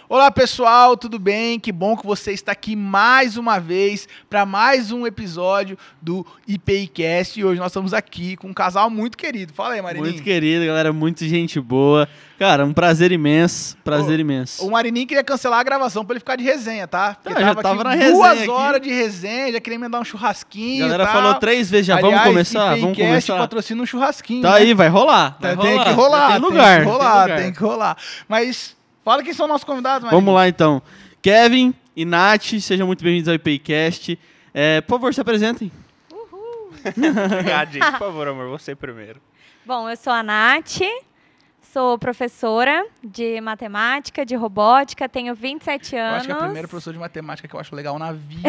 Olá pessoal, tudo bem? Que bom que você está aqui mais uma vez para mais um episódio do IPIcast. E hoje nós estamos aqui com um casal muito querido. Fala aí, Marininho. Muito querido, galera, muito gente boa. Cara, um prazer imenso, imenso. O Marininho queria cancelar a gravação para ele ficar de resenha, tá? Porque já tava na resenha 2 aqui. horas de resenha, já queria me dar um churrasquinho. A galera tal. falou 3 vezes já, Aliás, vamos começar? IPIcast Vamos começar. patrocina um churrasquinho. Tá né? aí, vai rolar. Tem que rolar, Tem lugar. tem que rolar. Mas fala quem são nossos convidados, Marininho. Vamos lá, então. Kevin e Nath, sejam muito bem-vindos ao IPIcast. Por favor, se apresentem. Obrigado, gente. Por favor, amor, você primeiro. Bom, eu sou a Nath, sou professora de matemática, de robótica, tenho 27 anos. Eu acho que é a primeira professora de matemática que eu acho legal na vida.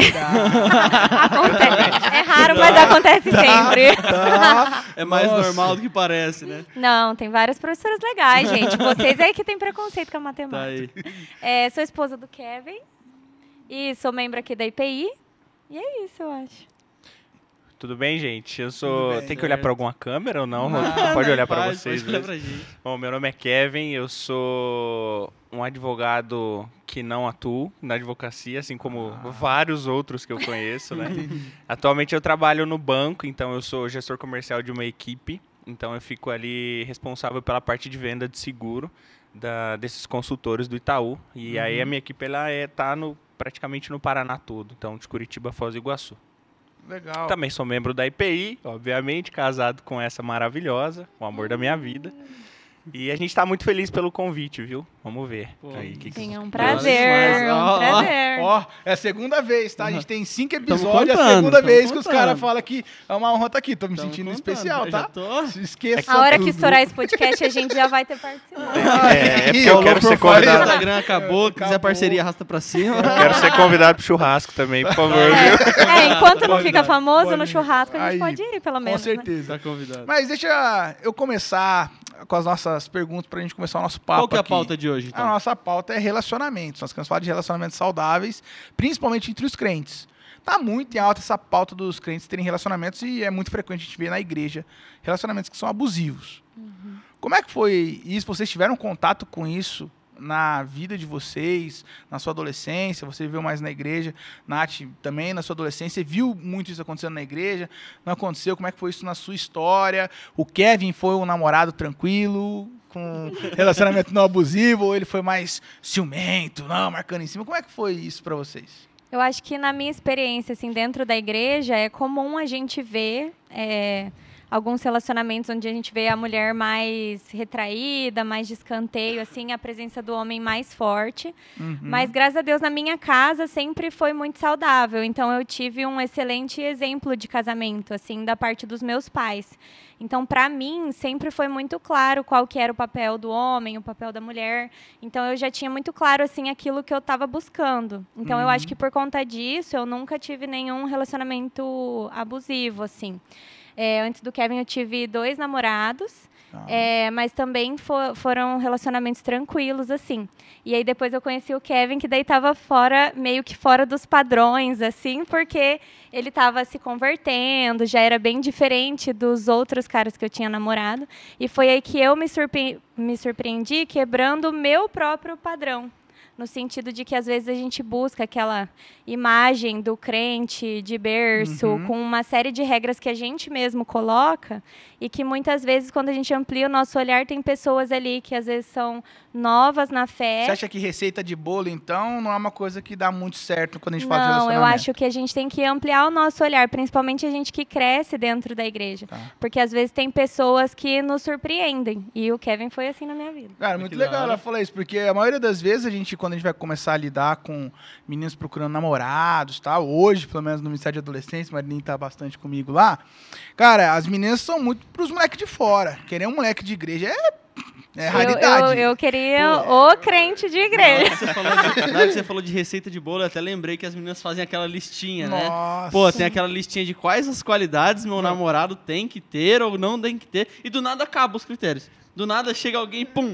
Acontece. É raro, mas acontece sempre. É mais Nossa. normal do que parece, né? Não, tem várias professoras legais, gente. Vocês aí que tem preconceito com a Tá matemática. aí. Sou esposa do Kevin e sou membro aqui da IPI. E é isso, eu acho. Tudo bem, gente? Eu Tudo sou... bem, Tem que olhar certo. pra alguma câmera ou não? Não, Pode olhar pra Pode vocês. olhar mesmo. pra gente. Bom, meu nome é Kevin, eu sou um advogado que não atuo na advocacia, assim como vários outros que eu conheço, né? Atualmente eu trabalho no banco, então eu sou gestor comercial de uma equipe, então eu fico ali responsável pela parte de venda de seguro desses consultores do Itaú. E aí a minha equipe ela tá praticamente no Paraná todo, então de Curitiba a Foz do Iguaçu. Legal. Também sou membro da IPI, obviamente, casado com essa maravilhosa, o amor da minha vida. E a gente tá muito feliz pelo convite, viu? Vamos ver. Pô, Aí, Sim, é um demais. prazer, Ó, ó, um prazer. Ó, é a segunda vez, tá? A gente tem 5 Tamo episódios, é a contando, segunda tamo vez que os contando. caras falam que é uma honra estar aqui. Tô me Tamo sentindo contando, especial, já tá? tô. Se esqueça A hora tudo. que estourar esse podcast, a gente já vai ter participado. É porque eu Falou quero pro ser fora, convidado. O Instagram acabou, quiser Acabou. parceria, arrasta pra cima. Quero ser convidado pro churrasco também, por favor, viu? Enquanto não Pode fica ir, famoso pode no ir. churrasco, a gente Aí, pode ir, pelo Com menos. Né? certeza. Tá convidado. Mas deixa eu começar com as nossas perguntas pra gente começar o nosso papo Qual que é a aqui. pauta de hoje, A então? nossa pauta é relacionamentos. Nós queremos falar de relacionamentos saudáveis, principalmente entre os crentes. Tá muito em alta essa pauta dos crentes terem relacionamentos e é muito frequente a gente ver na igreja relacionamentos que são abusivos. Como é que foi isso? Vocês tiveram contato com isso na vida de vocês, na sua adolescência? Você viveu mais na igreja. Nath, também na sua adolescência, viu muito isso acontecendo na igreja? Não aconteceu? Como é que foi isso na sua história? O Kevin foi um namorado tranquilo, com relacionamento não abusivo, ou ele foi mais ciumento, não, marcando em cima? Como é que foi isso pra vocês? Eu acho que na minha experiência, assim, dentro da igreja, é comum a gente ver alguns relacionamentos onde a gente vê a mulher mais retraída, mais de escanteio, assim, a presença do homem mais forte. Mas, graças a Deus, na minha casa sempre foi muito saudável. Então, eu tive um excelente exemplo de casamento, assim, da parte dos meus pais. Então, para mim, sempre foi muito claro qual que era o papel do homem, o papel da mulher. Então, eu já tinha muito claro, assim, aquilo que eu estava buscando. Então, eu acho que por conta disso, eu nunca tive nenhum relacionamento abusivo, assim. Antes do Kevin, eu tive 2 namorados. Mas também foram relacionamentos tranquilos, assim. E aí depois eu conheci o Kevin, que daí estava meio que fora dos padrões, assim, porque ele estava se convertendo, já era bem diferente dos outros caras que eu tinha namorado. E foi aí que eu me surpreendi quebrando o meu próprio padrão. No sentido de que, às vezes, a gente busca aquela imagem do crente de berço, com uma série de regras que a gente mesmo coloca, e que, muitas vezes, quando a gente amplia o nosso olhar, tem pessoas ali que, às vezes, são novas na fé. Você acha que receita de bolo, então, não é uma coisa que dá muito certo quando a gente fala de Não, relacionamento? eu acho que a gente tem que ampliar o nosso olhar, principalmente a gente que cresce dentro da igreja. Tá. Porque, às vezes, tem pessoas que nos surpreendem, e o Kevin foi assim na minha vida. Cara, muito Que da legal hora. ela falar isso, porque a maioria das vezes quando a gente vai começar a lidar com meninos procurando namorados, tá? Hoje, pelo menos no Ministério de Adolescência, o Marininho tá bastante comigo lá. Cara, as meninas são muito pros moleques de fora. Querer um moleque de igreja é raridade. Eu queria o crente de igreja. Na hora que você falou de receita de bolo, eu até lembrei que as meninas fazem aquela listinha, né? Nossa. Pô, tem aquela listinha de quais as qualidades meu namorado tem que ter ou não tem que ter, e do nada acaba os critérios. Do nada chega alguém, pum.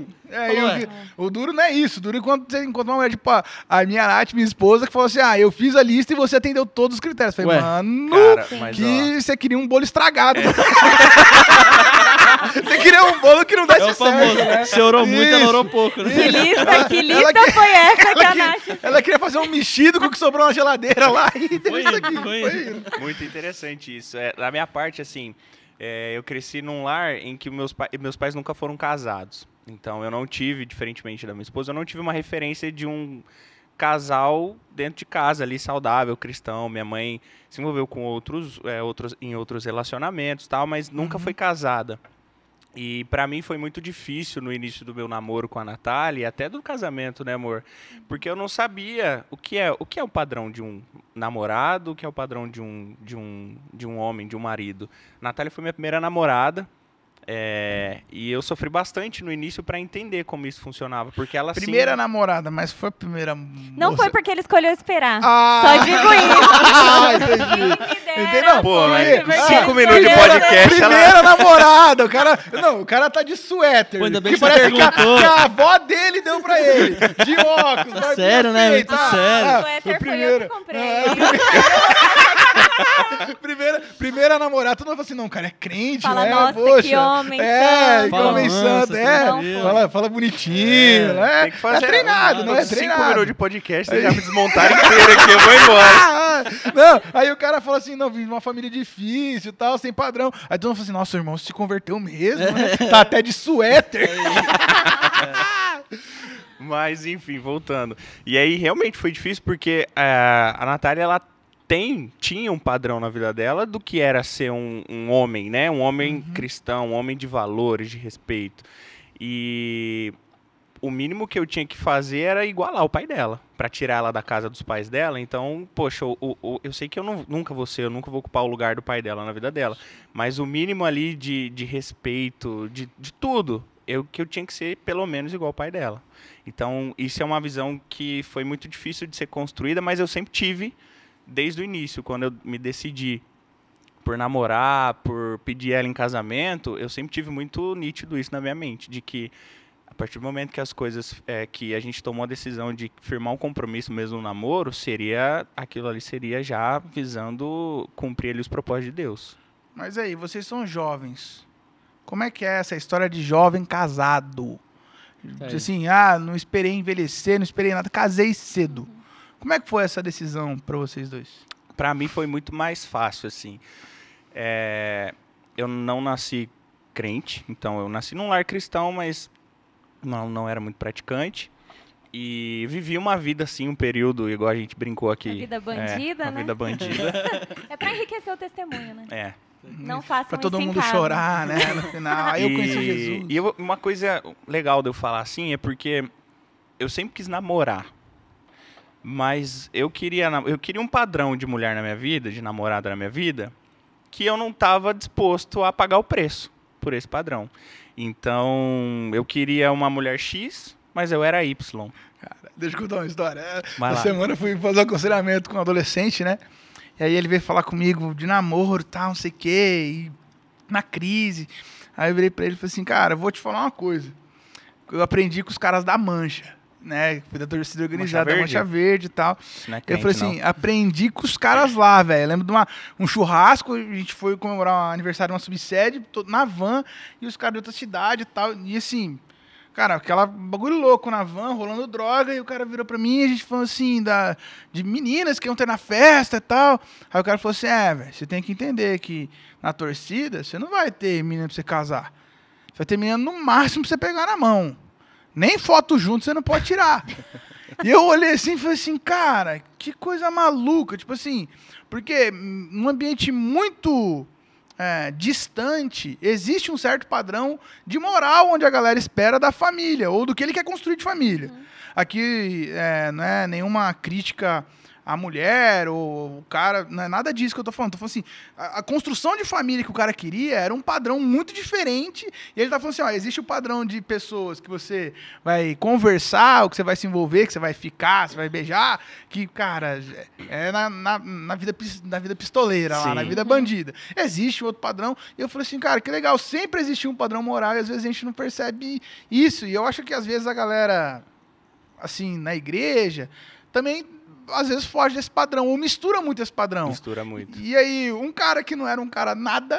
O duro não é isso. O duro é quando você encontra uma mulher, tipo, a minha Nath, minha esposa, que falou assim, eu fiz a lista e você atendeu todos os critérios. Eu falei, Ué, mano, Cara, mas, que você queria um bolo estragado. Você queria um bolo que não desse É o famoso, certo, né? você orou muito, ela Isso. orou pouco, né? Que lista foi essa que a Nath... Ela queria fazer um mexido com o que sobrou na geladeira lá e Foi isso indo, aqui. foi Foi indo. indo. Muito interessante isso. Da minha parte, assim, eu cresci num lar em que meus pais nunca foram casados. Então, eu não tive, diferentemente da minha esposa, eu não tive uma referência de um casal dentro de casa ali, saudável, cristão. Minha mãe se envolveu com em outros relacionamentos e tal, mas nunca foi casada. E pra mim foi muito difícil no início do meu namoro com a Natália, e até do casamento, né, amor? Porque eu não sabia o que é o padrão de um namorado, o que é o padrão de um homem, de um marido. A Natália foi minha primeira namorada. E eu sofri bastante no início pra entender como isso funcionava, porque ela Primeira sim, namorada, mas foi a primeira Não moça. foi porque ele escolheu esperar. Ah! Só digo isso. Ah, entendi. Me dera, Entendeu? Pô, foi mas porque 5 ele minutos de escolheu- podcast, Primeira namorada, o cara tá de suéter. Pô, ainda bem que que você parece perguntou. que a avó dele deu pra ele. De óculos. barbinha Sério, né? feita. Muito sério. O suéter foi eu primeiro. que comprei. Primeira namorada, todo mundo fala assim, não, cara, é crente, Fala, né? nossa, Poxa, que homem que Fala homem manso, santo, assim, não fala bonitinho, né? tem que fazer é treinado, não é 5 treinado. minutos de podcast, vocês já me desmontaram inteiro aqui, eu vou embora. Não, aí o cara falou assim, não, vim de uma família difícil e tal, sem padrão. Aí todo mundo falou assim, nossa, o irmão se converteu mesmo, né? Tá até de suéter. Mas, enfim, voltando. E aí, realmente foi difícil porque a Natália, ela tinha um padrão na vida dela do que era ser um homem, né? Um homem cristão, um homem de valores, de respeito. E o mínimo que eu tinha que fazer era igualar o pai dela, pra tirar ela da casa dos pais dela. Então, poxa, eu sei que eu nunca vou ocupar o lugar do pai dela na vida dela. Mas o mínimo ali de respeito, de tudo, que eu tinha que ser pelo menos igual ao pai dela. Então, isso é uma visão que foi muito difícil de ser construída, mas eu sempre tive desde o início, quando eu me decidi por namorar, por pedir ela em casamento, eu sempre tive muito nítido isso na minha mente, de que a partir do momento que as coisas, que a gente tomou a decisão de firmar um compromisso mesmo no namoro, aquilo ali seria já visando cumprir ali os propósitos de Deus. Mas aí, vocês são jovens. Como é que é essa história de jovem casado? Assim, não esperei envelhecer, não esperei nada, casei cedo. Como é que foi essa decisão para vocês dois? Para mim foi muito mais fácil, assim. Eu não nasci crente, então eu nasci num lar cristão, mas não era muito praticante. E vivi uma vida, assim, um período, igual a gente brincou aqui. Uma vida bandida, uma né? vida bandida. É pra enriquecer o testemunho, né? Não façam Pra todo isso em mundo casa. chorar, né? No final. Aí eu conheci Jesus. E uma coisa legal de eu falar assim é porque eu sempre quis namorar. Mas eu queria um padrão de mulher na minha vida, de namorada na minha vida, que eu não estava disposto a pagar o preço por esse padrão. Então, eu queria uma mulher X, mas eu era Y. Cara, deixa eu contar uma história. Vai Essa lá. semana eu fui fazer um aconselhamento com um adolescente, né? E aí ele veio falar comigo de namoro e tal, não sei o quê, e na crise. Aí eu virei pra ele e falei assim, cara, eu vou te falar uma coisa. Eu aprendi com os caras da Mancha, né? Fui da torcida organizada, da Mancha Verde e tal. Isso não é Eu crente, falei assim, aprendi com os caras lá, velho. Eu lembro de um churrasco, a gente foi comemorar um aniversário de uma subsede, na van, e os caras de outra cidade e tal. E assim, cara, aquela bagulho louco na van, rolando droga, e o cara virou pra mim e a gente falou assim, de meninas que iam ter na festa e tal. Aí o cara falou assim, velho, você tem que entender que na torcida você não vai ter menina pra você casar. Você vai ter menina no máximo pra você pegar na mão. Nem foto junto você não pode tirar. E eu olhei assim e falei assim, cara, que coisa maluca. Tipo assim, porque num ambiente muito distante, existe um certo padrão de moral onde a galera espera da família, ou do que ele quer construir de família. Aqui não é nenhuma crítica à mulher, ou o cara, não é nada disso que eu tô falando. Tô falando assim, a construção de família que o cara queria era um padrão muito diferente, e ele tá falando assim, ó, existe o padrão de pessoas que você vai conversar, ou que você vai se envolver, que você vai ficar, você vai beijar, que, cara, é na vida pistoleira lá, Sim. na vida bandida. Existe outro padrão, e eu falei assim, cara, que legal, sempre existiu um padrão moral, e às vezes a gente não percebe isso, e eu acho que às vezes a galera, assim, na igreja, também às vezes foge desse padrão, ou mistura muito esse padrão. Mistura muito. E aí, um cara que não era um cara nada,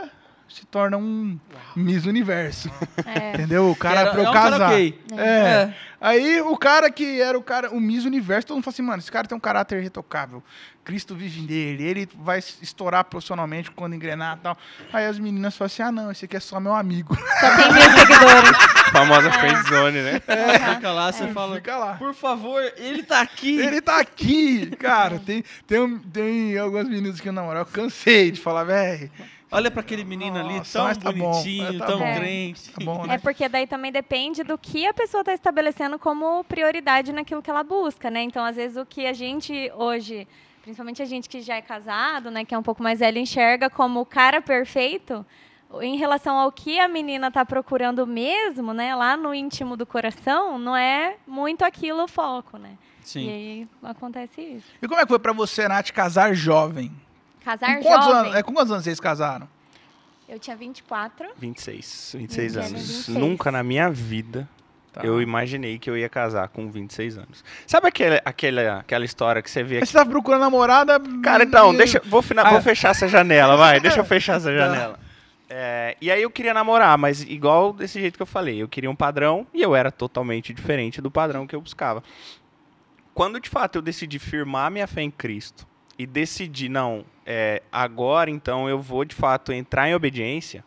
se torna um Miss Universo. É. Entendeu? O cara pra eu um casar. karaokê. É. Aí o cara que era o Miss Universo, todo mundo fala assim, mano, esse cara tem um caráter irretocável. Cristo vive nele, ele vai estourar profissionalmente quando engrenar e tal. Aí as meninas falam assim, não, esse aqui é só meu amigo. Só tem 1000 seguidores. Famosa friendzone, né? Fica lá, você fala, Fica lá. por favor, ele tá aqui. Ele tá aqui, cara. Tem algumas meninas que eu namoro. Eu cansei de falar, velho. Olha pra aquele menino ali, Nossa, tão mas tá bom, bonitinho, mas tá tão bom. crente. Tá bom, É né? porque daí também depende do que a pessoa está estabelecendo como prioridade naquilo que ela busca, né? Então, às vezes, o que a gente hoje, principalmente a gente que já é casado, né, que é um pouco mais velho, enxerga como o cara perfeito, em relação ao que a menina está procurando mesmo, né, lá no íntimo do coração, não é muito aquilo o foco, né? Sim. E aí acontece isso. E como é que foi pra você, Nath, casar jovem? Casar Com quantos jovem, anos, com quantos anos vocês casaram? eu tinha 24. 26 Mentira, anos. 26. Nunca na minha vida Tá. eu imaginei que eu ia casar com 26 anos. Sabe aquela história que você vê Mas aqui? você tava procurando namorada? Cara, então, vou Ah. fechar essa janela, vai. Deixa eu fechar essa janela. E aí eu queria namorar, mas igual desse jeito que eu falei. Eu queria um padrão e eu era totalmente diferente do padrão que eu buscava. Quando, de fato, eu decidi firmar minha fé em Cristo e decidi, não, agora, então, eu vou, de fato, entrar em obediência,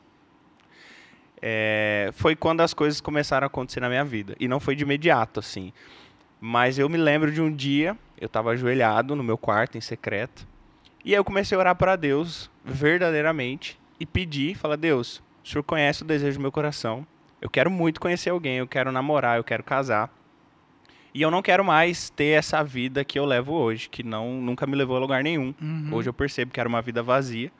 foi quando as coisas começaram a acontecer na minha vida. E não foi de imediato, assim. Mas eu me lembro de um dia, eu estava ajoelhado no meu quarto, em secreto, e aí eu comecei a orar para Deus, verdadeiramente, e pedir, falar, Deus, o Senhor conhece o desejo do meu coração, eu quero muito conhecer alguém, eu quero namorar, eu quero casar. E eu não quero mais ter essa vida que eu levo hoje, que nunca me levou a lugar nenhum. Hoje eu percebo que era uma vida vazia.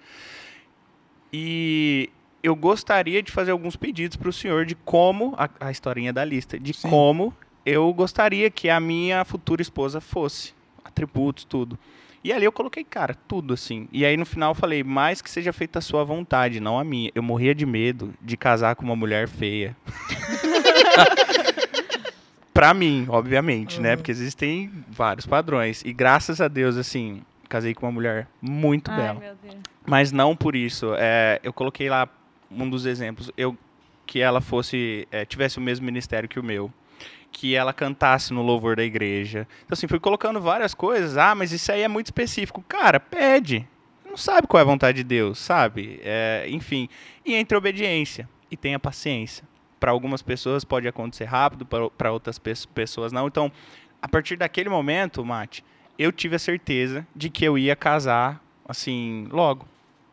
E eu gostaria de fazer alguns pedidos para o senhor de como, a historinha da lista, de Sim. como eu gostaria que a minha futura esposa fosse. Atributos, tudo. E ali eu coloquei, cara, tudo assim. E aí no final eu falei, mais que seja feita a sua vontade, não a minha. Eu morria de medo de casar com uma mulher feia. Pra mim, obviamente, né? Porque existem vários padrões. E graças a Deus, assim, casei com uma mulher muito Ai, bela. meu Deus. Mas não por isso. Eu coloquei lá um dos exemplos. Que ela tivesse o mesmo ministério que o meu. Que ela cantasse no louvor da igreja. Então, assim, fui colocando várias coisas. Mas isso aí é muito específico. Cara, pede. Não sabe qual é a vontade de Deus, sabe? Enfim. E entre obediência e tenha paciência. Para algumas pessoas pode acontecer rápido, para outras pessoas não. Então, a partir daquele momento, Mate, eu tive a certeza de que eu ia casar, assim, logo.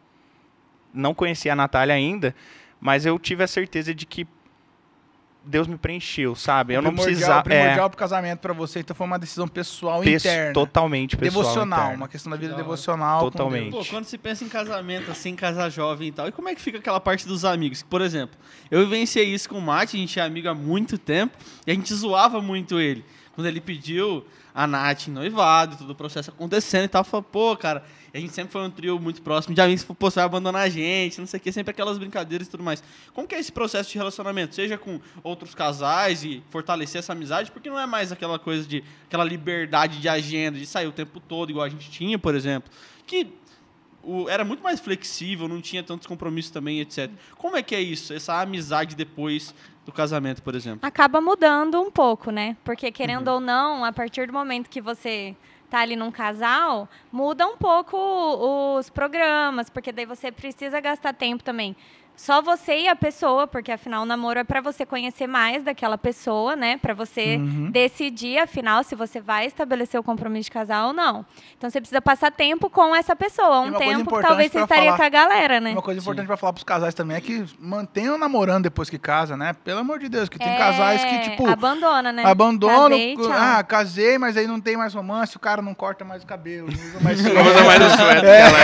Não conhecia a Natália ainda, mas eu tive a certeza de que Deus me preencheu, sabe? Eu não precisava... O primordial pro casamento pra você, então foi uma decisão pessoal interna. Totalmente pessoal. Devocional, interna. uma questão da vida Da hora. devocional. com Totalmente. Deus. Pô, quando se pensa em casamento, assim, casar jovem e tal, e como é que fica aquela parte dos amigos? Por exemplo, eu vivenciei isso com o Mate, a gente é amigo há muito tempo, e a gente zoava muito ele. Quando ele pediu a Nath em noivado, todo o processo acontecendo e tal, falou, pô, cara, a gente sempre foi um trio muito próximo, já vi, pô, você vai abandonar a gente, não sei o que, sempre aquelas brincadeiras e tudo mais. Como que é esse processo de relacionamento? Seja com outros casais e fortalecer essa amizade, porque não é mais aquela coisa de, aquela liberdade de agenda, de sair o tempo todo, igual a gente tinha, por exemplo, que era muito mais flexível, não tinha tantos compromissos também, etc. Como é que é isso, essa amizade depois do casamento, por exemplo? Acaba mudando um pouco, né? Porque, querendo ou não, a partir do momento que você tá ali num casal, muda um pouco os programas, porque daí você precisa gastar tempo também. Só você e a pessoa, porque afinal o namoro é para você conhecer mais daquela pessoa, né? Para você decidir, afinal, se você vai estabelecer o compromisso de casal ou não. Então você precisa passar tempo com essa pessoa, E um uma coisa tempo que importante talvez você pra estaria falar- com a galera, né? Uma coisa importante pra falar pros casais também é que mantenham namorando depois que casa, né? Pelo amor de Deus, que tem casais que, tipo, abandona, né? abandonam. Casei, tchau. Casei, mas aí não tem mais romance, o cara não corta mais o cabelo, não usa mais Não usa mais o suéter que ela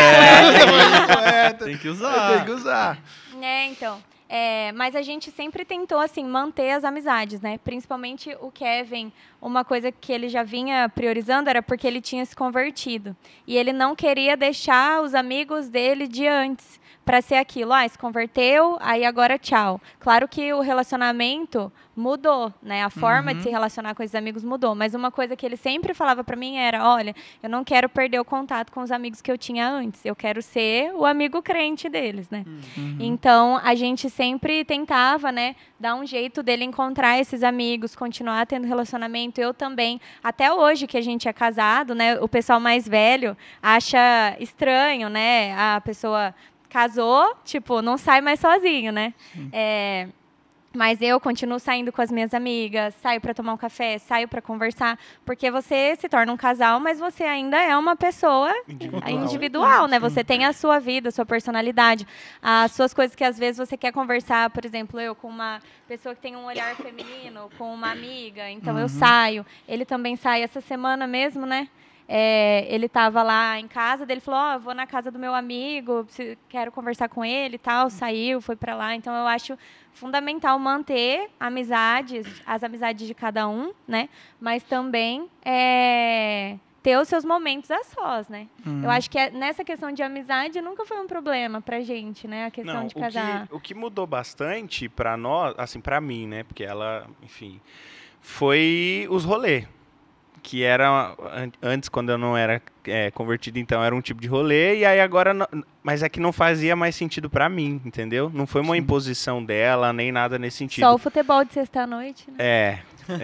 Tem que usar. Tem que usar. Então. Mas a gente sempre tentou, assim, manter as amizades, né? Principalmente o Kevin, uma coisa que ele já vinha priorizando era porque ele tinha se convertido. E ele não queria deixar os amigos dele de antes. para ser aquilo, se converteu, aí agora tchau. Claro que o relacionamento mudou, né? A forma de se relacionar com esses amigos mudou, mas uma coisa que ele sempre falava para mim era, olha, eu não quero perder o contato com os amigos que eu tinha antes, eu quero ser o amigo crente deles, né? Então, a gente sempre tentava, né, dar um jeito dele encontrar esses amigos, continuar tendo relacionamento, eu também. Até hoje que a gente é casado, né, o pessoal mais velho acha estranho, né, a pessoa casou, tipo, não sai mais sozinho, né? Mas eu continuo saindo com as minhas amigas, saio para tomar um café, saio para conversar, porque você se torna um casal, mas você ainda é uma pessoa individual, né? Você tem a sua vida, a sua personalidade, as suas coisas que às vezes você quer conversar, por exemplo, eu com uma pessoa que tem um olhar feminino, com uma amiga, então eu saio. Ele também sai essa semana mesmo, né? Ele estava lá em casa, ele falou, eu vou na casa do meu amigo, quero conversar com ele e tal, saiu, foi para lá. Então, eu acho fundamental manter as amizades de cada um, né? Mas também ter os seus momentos a sós, né? Eu acho que nessa questão de amizade nunca foi um problema pra gente, né? A questão de casar. O que mudou bastante pra nós, assim, pra mim, né? Porque ela, enfim, foi os rolês. Que era, antes, quando eu não era convertido, então era um tipo de rolê, e aí agora, mas é que não fazia mais sentido pra mim, entendeu? Não foi uma imposição dela, nem nada nesse sentido. Só o futebol de sexta-noite, né?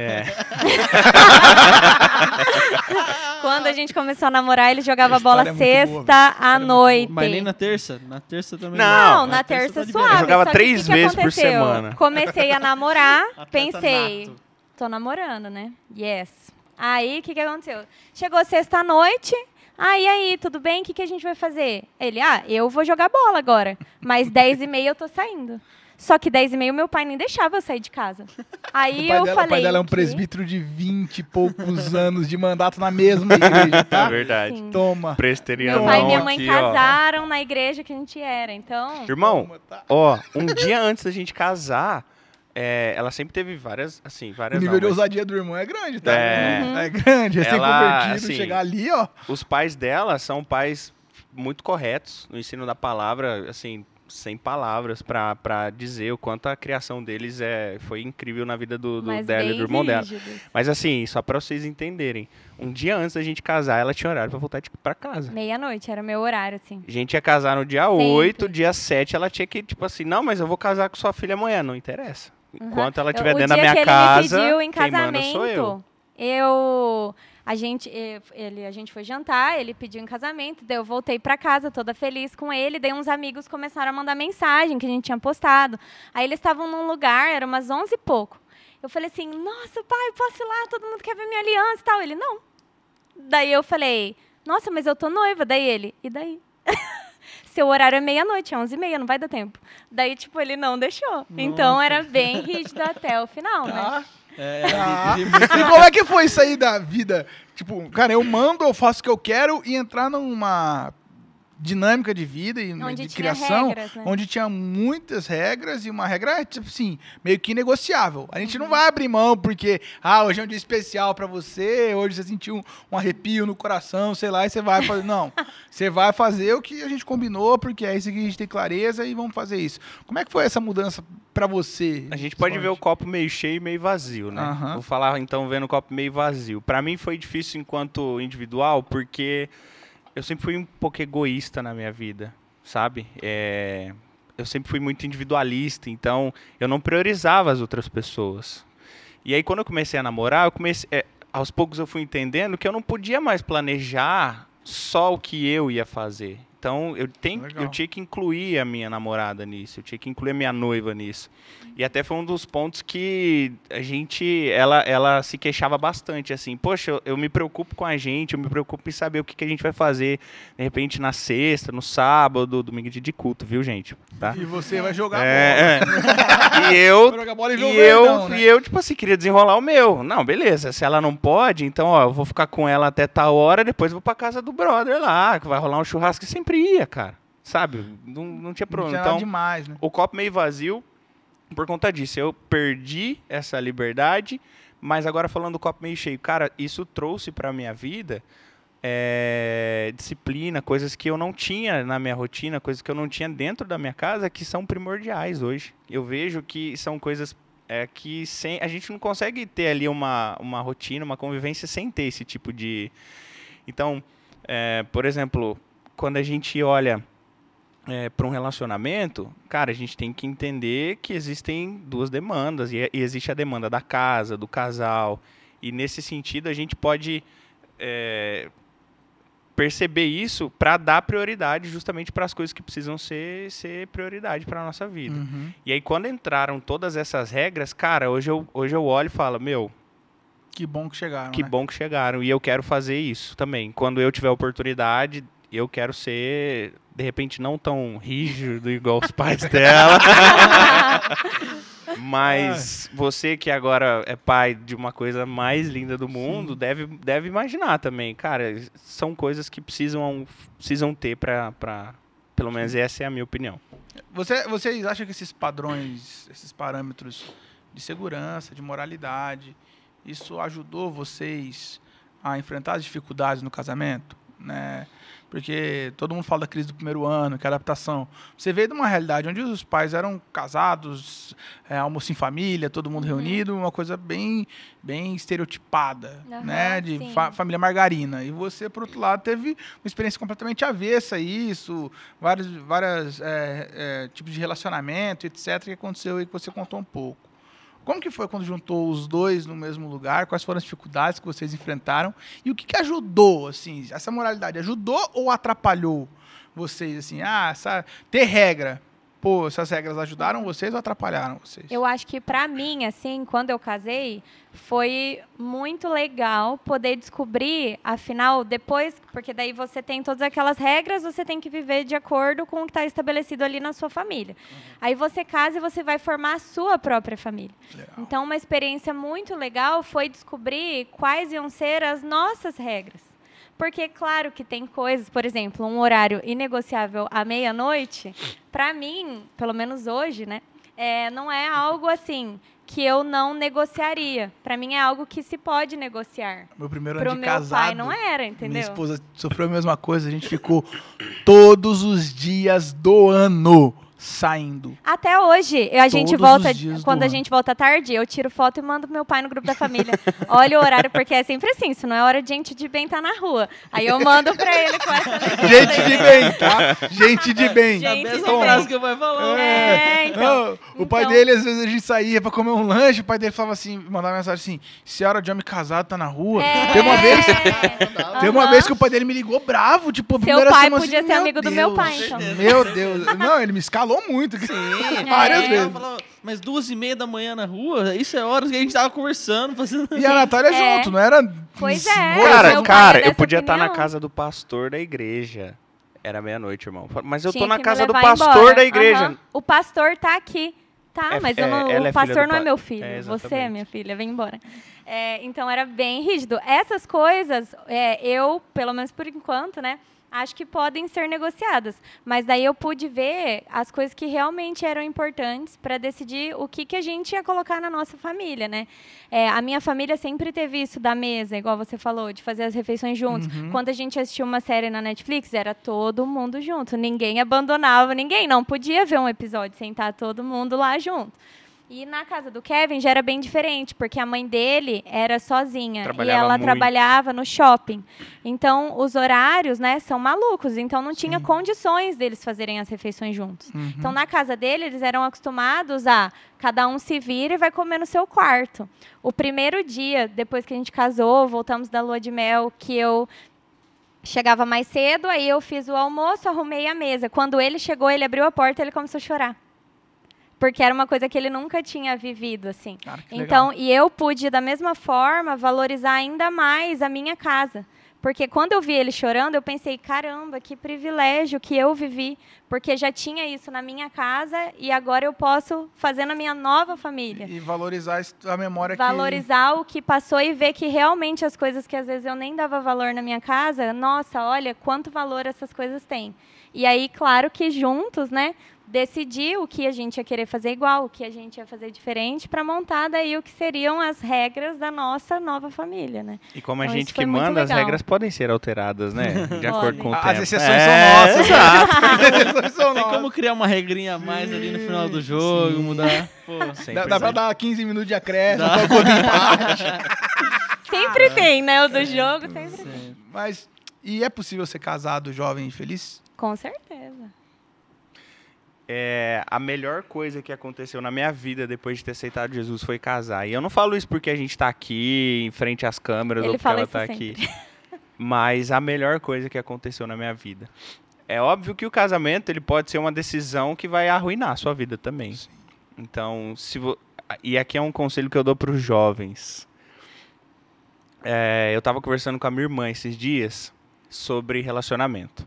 Quando a gente começou a namorar, ele jogava bola sexta à noite. Mas nem na terça? Na terça também não. Na terça tá suave. Eu jogava Só 3 que vezes por semana. Comecei a namorar, Atleta pensei, nato. tô namorando, né? Yes. Aí, o que aconteceu? Chegou sexta-noite, e aí, tudo bem? O que a gente vai fazer? Ele, eu vou jogar bola agora, mas 10h30 eu tô saindo. Só que 10h30 meu pai nem deixava eu sair de casa. Aí eu falei... O pai dela é um presbítero de 20 e poucos anos de mandato na mesma igreja, tá? É verdade. Sim. Toma. Presteriano Meu pai e minha mãe aqui, casaram na igreja que a gente era, então... Irmão, um dia antes da gente casar, ela sempre teve várias. O nível de ousadia do irmão é grande, tá? É grande, ela, recém-convertido, assim, chegar ali, ó. Os pais dela são pais muito corretos no ensino da palavra, assim, sem palavras pra dizer o quanto a criação deles foi incrível na vida dela e do irmão dela. Mas assim, só pra vocês entenderem, um dia antes da gente casar, ela tinha horário pra voltar pra casa. Meia-noite, era meu horário, assim. A gente ia casar no dia 8, dia 7, ela tinha que, tipo assim, não, mas eu vou casar com sua filha amanhã, não interessa. Enquanto ela estiver dentro da minha casa, ele me pediu em quem manda sou eu. A gente foi jantar, ele pediu em casamento, daí eu voltei pra casa toda feliz com ele, daí uns amigos começaram a mandar mensagem que a gente tinha postado. Aí eles estavam num lugar, era umas 11 e pouco. Eu falei assim, nossa, pai, posso ir lá? Todo mundo quer ver minha aliança e tal. Ele, não. Daí eu falei, nossa, mas eu tô noiva. Daí ele, e daí? Seu horário é meia-noite, é 11h30, não vai dar tempo. Daí, tipo, ele não deixou. Nossa. Então, era bem rígido até o final, né? E como é que foi isso aí da vida? Tipo, cara, eu mando, eu faço o que eu quero e entrar numa dinâmica de vida e de criação, regras, né? Onde tinha muitas regras e uma regra, tipo assim, meio que negociável. A gente não vai abrir mão porque, hoje é um dia especial pra você, hoje você sentiu um arrepio no coração, sei lá, e você vai fazer. Não, você vai fazer o que a gente combinou, porque é isso que a gente tem clareza e vamos fazer isso. Como é que foi essa mudança pra você? A gente pode ver o copo meio cheio e meio vazio, né? Vou falar, então, vendo o copo meio vazio. Pra mim foi difícil enquanto individual, porque eu sempre fui um pouco egoísta na minha vida, sabe? Eu sempre fui muito individualista, então eu não priorizava as outras pessoas. E aí, quando eu comecei a namorar, aos poucos eu fui entendendo que eu não podia mais planejar só o que eu ia fazer. Então, eu tinha que incluir a minha namorada nisso, eu tinha que incluir a minha noiva nisso. E até foi um dos pontos que ela se queixava bastante, assim, poxa, eu me preocupo com a gente, eu me preocupo em saber o que a gente vai fazer, de repente, na sexta, no sábado, domingo de culto, viu, gente? Tá? E você vai jogar bola. E eu, tipo assim, queria desenrolar o meu. Não, beleza, se ela não pode, então, eu vou ficar com ela até tal hora, depois vou pra casa do brother lá, que vai rolar um churrasco, sempre ia, cara, sabe? Não tinha problema. Não tinha nada demais, né? O copo meio vazio, por conta disso, eu perdi essa liberdade, mas agora falando do copo meio cheio, cara, isso trouxe pra minha vida disciplina, coisas que eu não tinha na minha rotina, coisas que eu não tinha dentro da minha casa, que são primordiais hoje. Eu vejo que são coisas que a gente não consegue ter ali uma rotina, uma convivência sem ter esse tipo de... Então, por exemplo, quando a gente olha para um relacionamento, cara, a gente tem que entender que existem duas demandas, e existe a demanda da casa, do casal, e nesse sentido a gente pode perceber isso para dar prioridade justamente para as coisas que precisam ser prioridade para a nossa vida. Uhum. E aí, quando entraram todas essas regras, cara, hoje eu olho e falo, meu... Que bom que chegaram, Que bom que chegaram. E eu quero fazer isso também. Quando eu tiver oportunidade, eu quero ser, de repente, não tão rígido igual os pais dela. Mas você que agora é pai de uma coisa mais linda do mundo, deve imaginar também. Cara, são coisas que precisam ter para... Pelo menos essa é a minha opinião. Vocês acham que esses padrões, esses parâmetros de segurança, de moralidade, isso ajudou vocês a enfrentar as dificuldades no casamento, né? Porque todo mundo fala da crise do primeiro ano, que é a adaptação. Você veio de uma realidade onde os pais eram casados, almoço em família, todo mundo reunido, uma coisa bem estereotipada, né? De família margarina. E você, por outro lado, teve uma experiência completamente avessa a isso, vários tipos de relacionamento, etc., que aconteceu e que você contou um pouco. Como que foi quando juntou os dois no mesmo lugar? Quais foram as dificuldades que vocês enfrentaram? E o que ajudou, assim? Essa moralidade ajudou ou atrapalhou vocês, assim? Ter regra. Pô, essas regras ajudaram vocês ou atrapalharam vocês? Eu acho que pra mim, assim, quando eu casei, foi muito legal poder descobrir, afinal, depois, porque daí você tem todas aquelas regras, você tem que viver de acordo com o que está estabelecido ali na sua família. Aí você casa e você vai formar a sua própria família. Legal. Então, uma experiência muito legal foi descobrir quais iam ser as nossas regras. Porque, claro que tem coisas, por exemplo, um horário inegociável à meia-noite, para mim, pelo menos hoje, né, não é algo assim que eu não negociaria. Para mim é algo que se pode negociar. Meu primeiro ano de casado, meu pai não era, entendeu? Minha esposa sofreu a mesma coisa, a gente ficou todos os dias do ano saindo. Até hoje, a gente Todos volta, os dias quando do a gente volta tarde, eu tiro foto e mando pro meu pai no grupo da família. Olha o horário, porque é sempre assim, isso não é hora de gente de bem estar na rua. Aí eu mando pra ele com essa legenda. Gente de bem, tá? Gente de bem. É a Gente mesma de bem. frase que eu vou falar. Então. O pai dele, às vezes, a gente saía pra comer um lanche, o pai dele falava assim, mandava mensagem assim, se a hora de homem casado tá na rua. Tem uma vez que o pai dele me ligou bravo, tipo, Seu primeira pai semana podia assim, ser amigo do meu pai, então. Meu Deus. Não, ele me escalou muito. Várias vezes. Ela falava, mas 2h30 da manhã na rua, isso é horas que a gente tava conversando, fazendo... E a Natália junto, não era... Pois é. Cara, Meu pai é eu dessa podia estar na opinião. casa do pastor da igreja. Era meia-noite, irmão. Mas eu Tinha tô na que me casa do levar pastor embora. da igreja. Aham. O pastor tá aqui. Tá, mas eu não, ela é o pastor filha do não é pa- meu filho. exatamente. Você é minha filha, vem embora. Então era bem rígido. Essas coisas, eu, pelo menos por enquanto, né, acho que podem ser negociadas. Mas daí eu pude ver as coisas que realmente eram importantes para decidir o que a gente ia colocar na nossa família, né? A minha família sempre teve isso da mesa, igual você falou, de fazer as refeições juntos. Quando a gente assistia uma série na Netflix, era todo mundo junto. Ninguém abandonava ninguém. Não podia ver um episódio sem estar todo mundo lá junto. E na casa do Kevin já era bem diferente, porque a mãe dele era sozinha e ela trabalhava no shopping. Então, os horários, né, são malucos. Então, não tinha condições deles fazerem as refeições juntos. Então, na casa dele, eles eram acostumados a cada um se vira e vai comer no seu quarto. O primeiro dia, depois que a gente casou, voltamos da lua de mel, que eu chegava mais cedo, aí eu fiz o almoço, arrumei a mesa. Quando ele chegou, ele abriu a porta e ele começou a chorar. Porque era uma coisa que ele nunca tinha vivido, assim. Cara, que então, legal. e eu pude, da mesma forma, valorizar ainda mais a minha casa. Porque quando eu vi ele chorando, eu pensei, caramba, que privilégio que eu vivi. Porque já tinha isso na minha casa e agora eu posso fazer na minha nova família. E valorizar a memória Valorizar o que passou e ver que realmente as coisas que às vezes eu nem dava valor na minha casa, nossa, olha quanto valor essas coisas têm. E aí, claro que juntos, né, decidir o que a gente ia querer fazer igual, o que a gente ia fazer diferente, para montar daí o que seriam as regras da nossa nova família, né? E como a Então, gente isso que foi muito manda, as legal. regras podem ser alteradas, né? De acordo com o tempo. As exceções são nossas. Exato. As exceções são Tem nossas. como criar uma regrinha a mais ali no final do jogo, mudar. Pô, Dá pra dar 15 minutos de acréscimo, Dá. pra poder empate. Sempre tem, né? O do jogo sempre tem. Mas, e é possível ser casado, jovem e feliz? Com certeza. A melhor coisa que aconteceu na minha vida depois de ter aceitado Jesus foi casar. E eu não falo isso porque a gente tá aqui em frente às câmeras Ele ou porque fala ela isso tá sempre. aqui. Mas a melhor coisa que aconteceu na minha vida. É óbvio que o casamento ele pode ser uma decisão que vai arruinar a sua vida também. Sim. Então, e aqui é um conselho que eu dou para os jovens. Eu estava conversando com a minha irmã esses dias sobre relacionamento.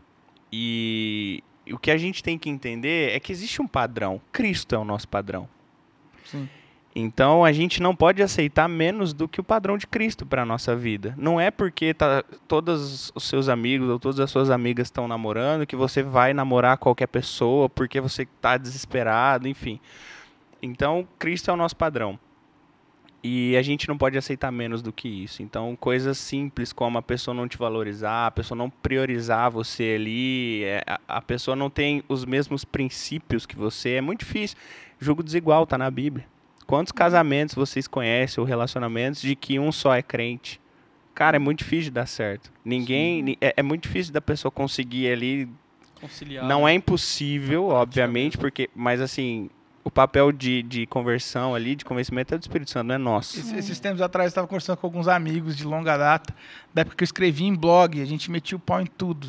E o que a gente tem que entender é que existe um padrão. Cristo é o nosso padrão. Sim. Então, a gente não pode aceitar menos do que o padrão de Cristo para a nossa vida. Não é porque todos os seus amigos ou todas as suas amigas estão namorando que você vai namorar qualquer pessoa porque você está desesperado, enfim. Então, Cristo é o nosso padrão. E a gente não pode aceitar menos do que isso. Então, coisas simples como a pessoa não te valorizar, a pessoa não priorizar você ali, a pessoa não tem os mesmos princípios que você, é muito difícil. Julgo desigual está na Bíblia. Quantos casamentos vocês conhecem ou relacionamentos de que um só é crente? Cara, é muito difícil de dar certo. É muito difícil da pessoa conseguir ali. conciliar. Não é impossível, obviamente, mas assim, o papel de conversão ali, de convencimento é do Espírito Santo, não é nosso. Esses tempos atrás eu estava conversando com alguns amigos de longa data, da época que eu escrevi em blog, a gente metia o pau em tudo.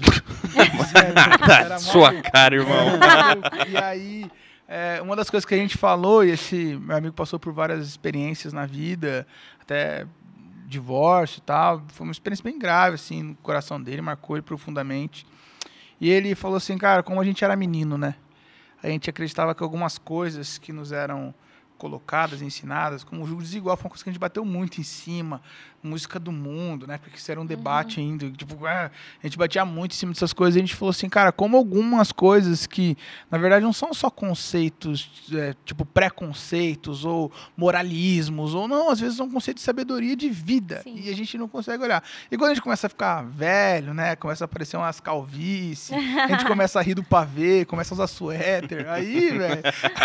Sério, era Sua mó- cara, irmão. E aí, uma das coisas que a gente falou, e esse meu amigo passou por várias experiências na vida, até divórcio e tal, foi uma experiência bem grave, assim, no coração dele, marcou ele profundamente. E ele falou assim, cara, como a gente era menino, né? A gente acreditava que algumas coisas que nos eram colocadas, ensinadas, como o jogo desigual, foi uma coisa que a gente bateu muito em cima, música do mundo, né? Porque isso era um debate ainda, tipo, a gente batia muito em cima dessas coisas e a gente falou assim, cara, como algumas coisas que, na verdade, não são só conceitos, tipo, preconceitos ou moralismos, ou não, às vezes são conceitos de sabedoria de vida, Sim. e a gente não consegue olhar. E quando a gente começa a ficar velho, né, começa a aparecer umas calvície, a gente começa a rir do pavê, começa a usar suéter, aí, velho,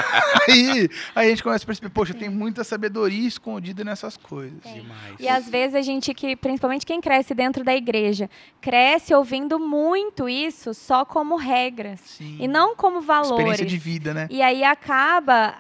aí a gente começa a perceber, poxa, tem muita sabedoria escondida nessas coisas. Demais. E às vezes a gente, principalmente quem cresce dentro da igreja, cresce ouvindo muito isso só como regras Sim. e não como valores. Experiência de vida, né? E aí acaba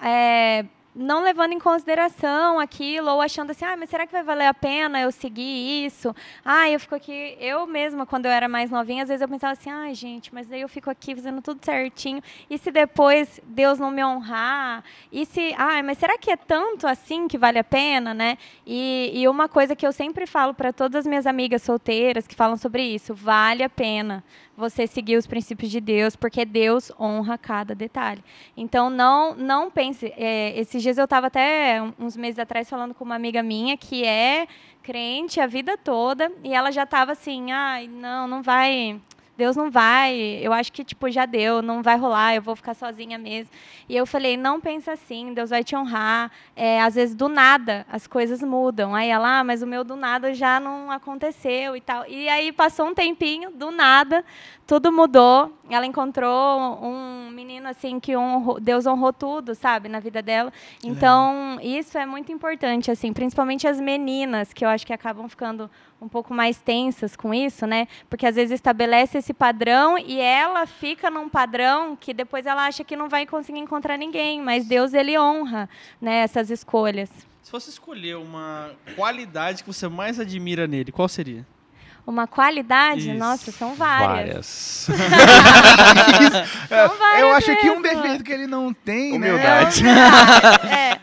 não levando em consideração aquilo, ou achando assim, mas será que vai valer a pena eu seguir isso? Eu fico aqui, eu mesma, quando eu era mais novinha, às vezes eu pensava assim, gente, mas daí eu fico aqui fazendo tudo certinho, e se depois Deus não me honrar? E se, mas será que é tanto assim que vale a pena, né? E uma coisa que eu sempre falo para todas as minhas amigas solteiras que falam sobre isso, vale a pena você seguir os princípios de Deus, porque Deus honra cada detalhe. Então, não pense... esses dias eu estava até, uns meses atrás, falando com uma amiga minha que é crente a vida toda, e ela já estava assim, não vai... Deus não vai, eu acho que, já deu, não vai rolar, eu vou ficar sozinha mesmo. E eu falei, não pensa assim, Deus vai te honrar. Às vezes, do nada, as coisas mudam. Aí ela, mas o meu do nada já não aconteceu e tal. E aí, passou um tempinho, do nada, tudo mudou. Ela encontrou um menino, assim, que Deus honrou tudo, sabe, na vida dela. Então, isso é muito importante, assim, principalmente as meninas, que eu acho que acabam ficando um pouco mais tensas com isso, né? Porque às vezes estabelece esse padrão e ela fica num padrão que depois ela acha que não vai conseguir encontrar ninguém, mas Deus, ele honra, né, essas escolhas. Se fosse escolher uma qualidade que você mais admira nele, qual seria? Uma qualidade? Isso. Nossa, são várias. São várias Eu acho que um mesmo. defeito que ele não tem, Humildade. né?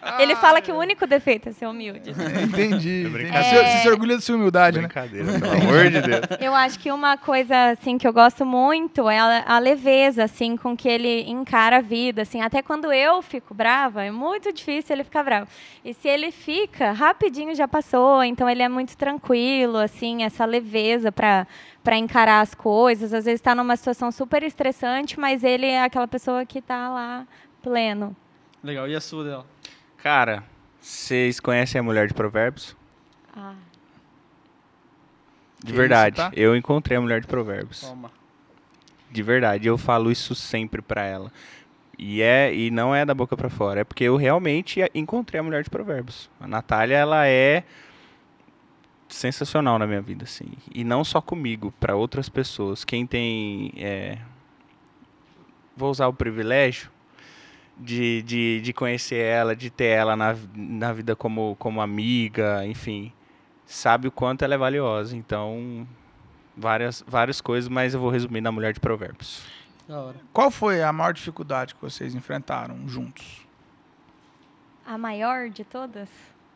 Ele fala que o único defeito é ser humilde. Entendi. É entendi. brincadeira. Você se orgulha da sua humildade, né? Brincadeira, pelo amor de Deus. Eu acho que uma coisa assim que eu gosto muito é a leveza assim com que ele encara a vida, assim, até quando eu fico brava, é muito difícil ele ficar bravo. E se ele fica, rapidinho já passou, então ele é muito tranquilo, assim, essa leveza para encarar as coisas. Às vezes está numa situação super estressante, mas ele é aquela pessoa que está lá pleno. Legal. E a sua dela? Cara, vocês conhecem a Mulher de Provérbios? Ah, De Que verdade, isso, tá? eu encontrei a Mulher de Provérbios. Toma. De verdade, eu falo isso sempre pra ela. E não é da boca pra fora, é porque eu realmente encontrei a Mulher de Provérbios. A Natália, ela é sensacional na minha vida, assim. E não só comigo, pra outras pessoas. Quem tem, vou usar o privilégio de conhecer ela, de ter ela na vida como amiga, enfim, sabe o quanto ela é valiosa. Então, várias coisas, mas eu vou resumir na Mulher de Provérbios. Da hora. Qual foi a maior dificuldade que vocês enfrentaram juntos? a maior de todas?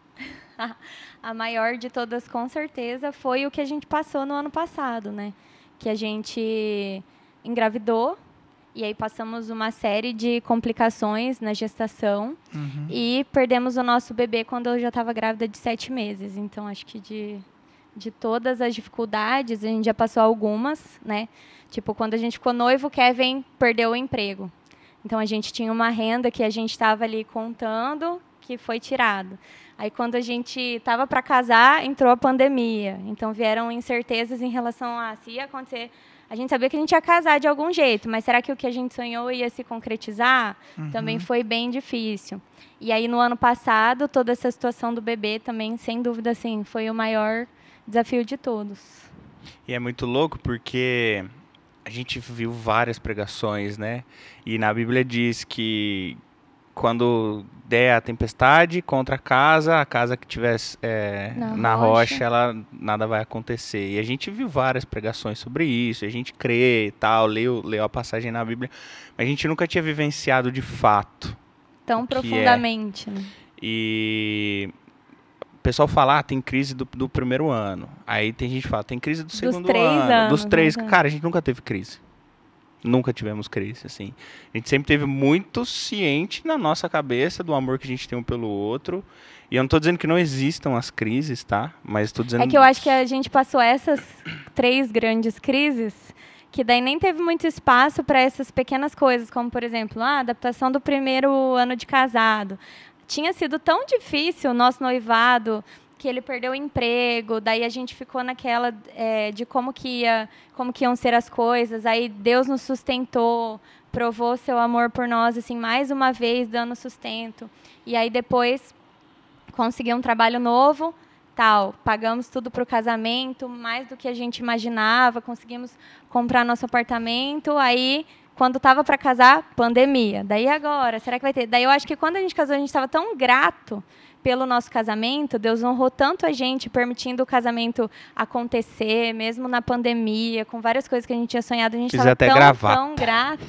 A maior de todas, com certeza, foi o que a gente passou no ano passado, né? Que a gente engravidou e aí passamos uma série de complicações na gestação e perdemos o nosso bebê quando eu já estava grávida de 7 meses. Então, acho que de todas as dificuldades, a gente já passou algumas, né? Tipo, quando a gente ficou noivo, o Kevin perdeu o emprego. Então, a gente tinha uma renda que a gente estava ali contando, que foi tirado. Aí, quando a gente estava para casar, entrou a pandemia. Então, vieram incertezas em relação a se ia acontecer. A gente sabia que a gente ia casar de algum jeito, mas será que o que a gente sonhou ia se concretizar? Também foi bem difícil. E aí, no ano passado, toda essa situação do bebê também, sem dúvida, assim, foi o maior desafio de todos. E é muito louco porque a gente viu várias pregações, né? E na Bíblia diz que quando der a tempestade contra a casa que estiver na rocha, nada vai acontecer. E a gente viu várias pregações sobre isso, a gente crê e tal, leu a passagem na Bíblia, mas a gente nunca tinha vivenciado de fato. Tão profundamente, né? E o pessoal fala, tem crise do primeiro ano. Aí tem gente que fala, tem crise do segundo 3 ano. anos, Dos 3. né? Cara, a gente nunca teve crise. Nunca tivemos crise, assim. A gente sempre teve muito ciente na nossa cabeça do amor que a gente tem um pelo outro. E eu não tô dizendo que não existam as crises, tá? Mas tô dizendo... É que eu acho que a gente passou essas 3 grandes crises, que daí nem teve muito espaço para essas pequenas coisas, como, por exemplo, a adaptação do primeiro ano de casado. Tinha sido tão difícil o nosso noivado, que ele perdeu o emprego, daí a gente ficou naquela de como que iam ser as coisas, aí Deus nos sustentou, provou seu amor por nós, assim, mais uma vez, dando sustento. E aí depois consegui um trabalho novo, tal, pagamos tudo para o casamento, mais do que a gente imaginava, conseguimos comprar nosso apartamento, aí... Quando estava para casar, pandemia. Daí agora, será que vai ter? Daí eu acho que quando a gente casou, a gente estava tão grato pelo nosso casamento, Deus honrou tanto a gente, permitindo o casamento acontecer, mesmo na pandemia, com várias coisas que a gente tinha sonhado, a gente estava tão grato.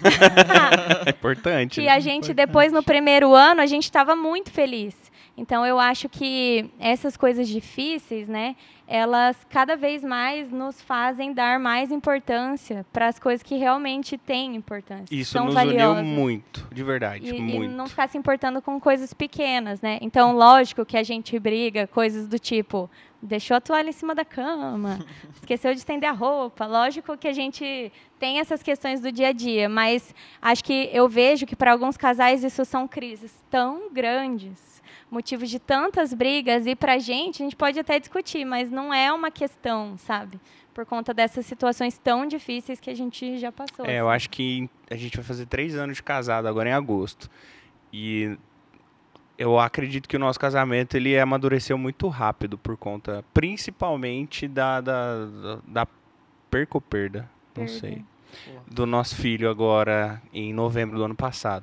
É importante. Que a gente, depois, no primeiro ano, a gente estava muito feliz. Então, eu acho que essas coisas difíceis, né, elas cada vez mais nos fazem dar mais importância para as coisas que realmente têm importância. Isso são nos valiosas. uniu muito, de verdade, muito. E não ficar se importando com coisas pequenas, né? Então, lógico que a gente briga, coisas do tipo, deixou a toalha em cima da cama, esqueceu de estender a roupa. Lógico que a gente tem essas questões do dia a dia, mas acho que eu vejo que para alguns casais isso são crises tão grandes, motivos de tantas brigas, e para a gente pode até discutir, mas não é uma questão, sabe? Por conta dessas situações tão difíceis que a gente já passou. Eu acho que a gente vai fazer 3 anos de casado agora em agosto. E eu acredito que o nosso casamento ele amadureceu muito rápido por conta, principalmente da perca ou perda, não sei, do nosso filho agora em novembro do ano passado.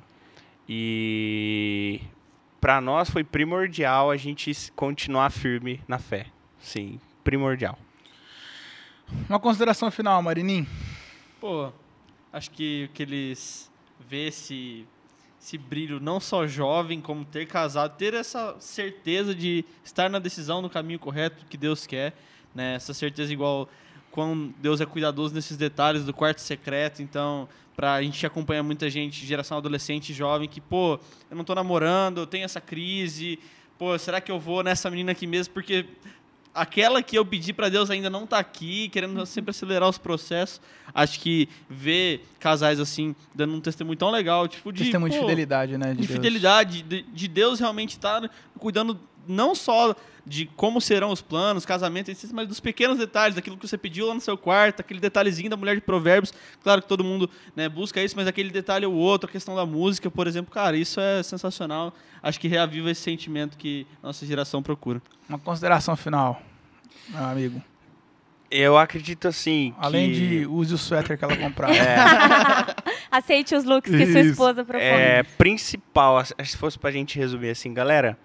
E para nós foi primordial a gente continuar firme na fé. Sim, primordial. Uma consideração final, Marinim. Pô, acho que o que eles vê se esse brilho não só jovem, como ter casado, ter essa certeza de estar na decisão, no caminho correto que Deus quer, né? Essa certeza igual quando Deus é cuidadoso nesses detalhes do quarto secreto. Então, a gente acompanha muita gente, geração adolescente e jovem, que, pô, eu não tô namorando, eu tenho essa crise, pô, será que eu vou nessa menina aqui mesmo? Porque aquela que eu pedi para Deus ainda não tá aqui, querendo sempre acelerar os processos. Acho que ver casais assim, dando um testemunho tão legal, tipo de... Testemunho de fidelidade, né? De fidelidade, de Deus realmente estar cuidando não só de como serão os planos, casamento, etc., mas dos pequenos detalhes, daquilo que você pediu lá no seu quarto, aquele detalhezinho da mulher de Provérbios. Claro que todo mundo, né, busca isso, mas aquele detalhe ou outro, a questão da música, por exemplo, cara, isso é sensacional. Acho que reaviva esse sentimento que nossa geração procura. Uma consideração final, meu amigo. Eu acredito assim Além que... de use o suéter que ela comprar. Aceite os looks que sua esposa propõe. Principal, se fosse pra gente resumir assim, galera,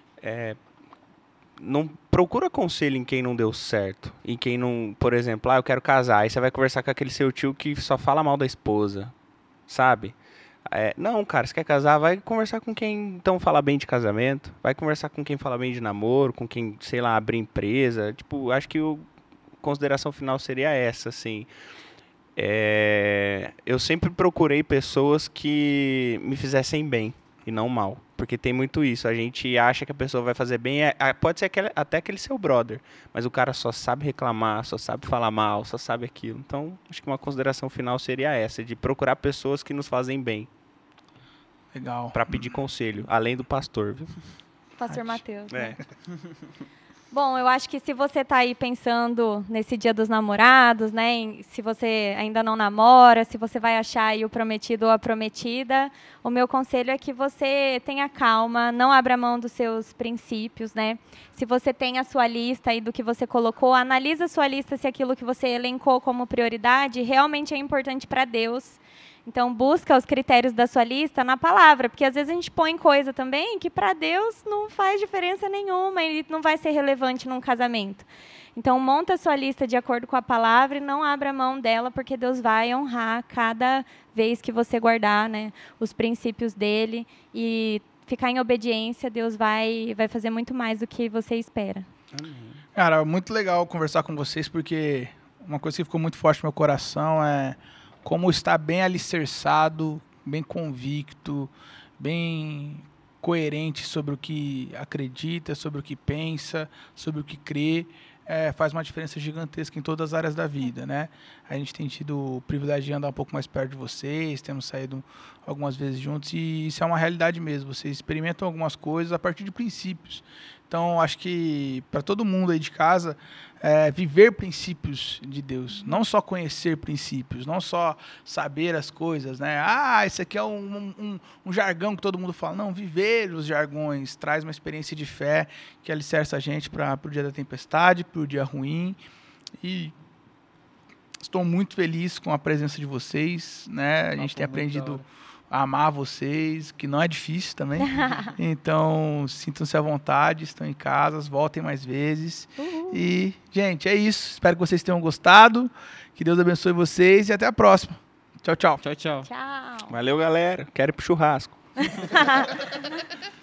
não procura conselho em quem não deu certo. Em quem não, por exemplo, eu quero casar. Aí você vai conversar com aquele seu tio que só fala mal da esposa, sabe? Não, cara, você quer casar, vai conversar com quem então fala bem de casamento, vai conversar com quem fala bem de namoro, com quem, sei lá, abre empresa. Tipo, acho que a consideração final seria essa, assim. Eu sempre procurei pessoas que me fizessem bem e não mal. Porque tem muito isso. A gente acha que a pessoa vai fazer bem. Pode ser até aquele seu brother. Mas o cara só sabe reclamar, só sabe falar mal, só sabe aquilo. Então, acho que uma consideração final seria essa. De procurar pessoas que nos fazem bem. Legal. Para pedir conselho. Além do pastor, viu? Pastor Matheus. É. Bom, eu acho que se você está aí pensando nesse Dia dos Namorados, né, se você ainda não namora, se você vai achar aí o prometido ou a prometida, o meu conselho é que você tenha calma, não abra mão dos seus princípios, né? Se você tem a sua lista aí do que você colocou, analisa a sua lista se aquilo que você elencou como prioridade realmente é importante para Deus. Então, busca os critérios da sua lista na palavra, porque às vezes a gente põe coisa também que para Deus não faz diferença nenhuma e não vai ser relevante num casamento. Então, monta a sua lista de acordo com a palavra e não abra mão dela, porque Deus vai honrar cada vez que você guardar, né, os princípios dele e ficar em obediência. Deus vai fazer muito mais do que você espera. Cara, muito legal conversar com vocês, porque uma coisa que ficou muito forte no meu coração é como estar bem alicerçado, bem convicto, bem coerente sobre o que acredita, sobre o que pensa, sobre o que crê, faz uma diferença gigantesca em todas as áreas da vida, né? A gente tem tido o privilégio de andar um pouco mais perto de vocês, temos saído algumas vezes juntos e isso é uma realidade mesmo. Vocês experimentam algumas coisas a partir de princípios. Então, acho que para todo mundo aí de casa, viver princípios de Deus, não só conhecer princípios, não só saber as coisas, né? Esse aqui é um jargão que todo mundo fala. Não, viver os jargões traz uma experiência de fé que alicerça a gente para o dia da tempestade, para o dia ruim. E estou muito feliz com a presença de vocês, né? A gente tem aprendido a amar vocês, que não é difícil também. Então, sintam-se à vontade, estão em casa, voltem mais vezes. Uhum. E, gente, é isso. Espero que vocês tenham gostado. Que Deus abençoe vocês e até a próxima. Tchau, tchau. Tchau, tchau. Tchau. Valeu, galera. Quero ir pro churrasco.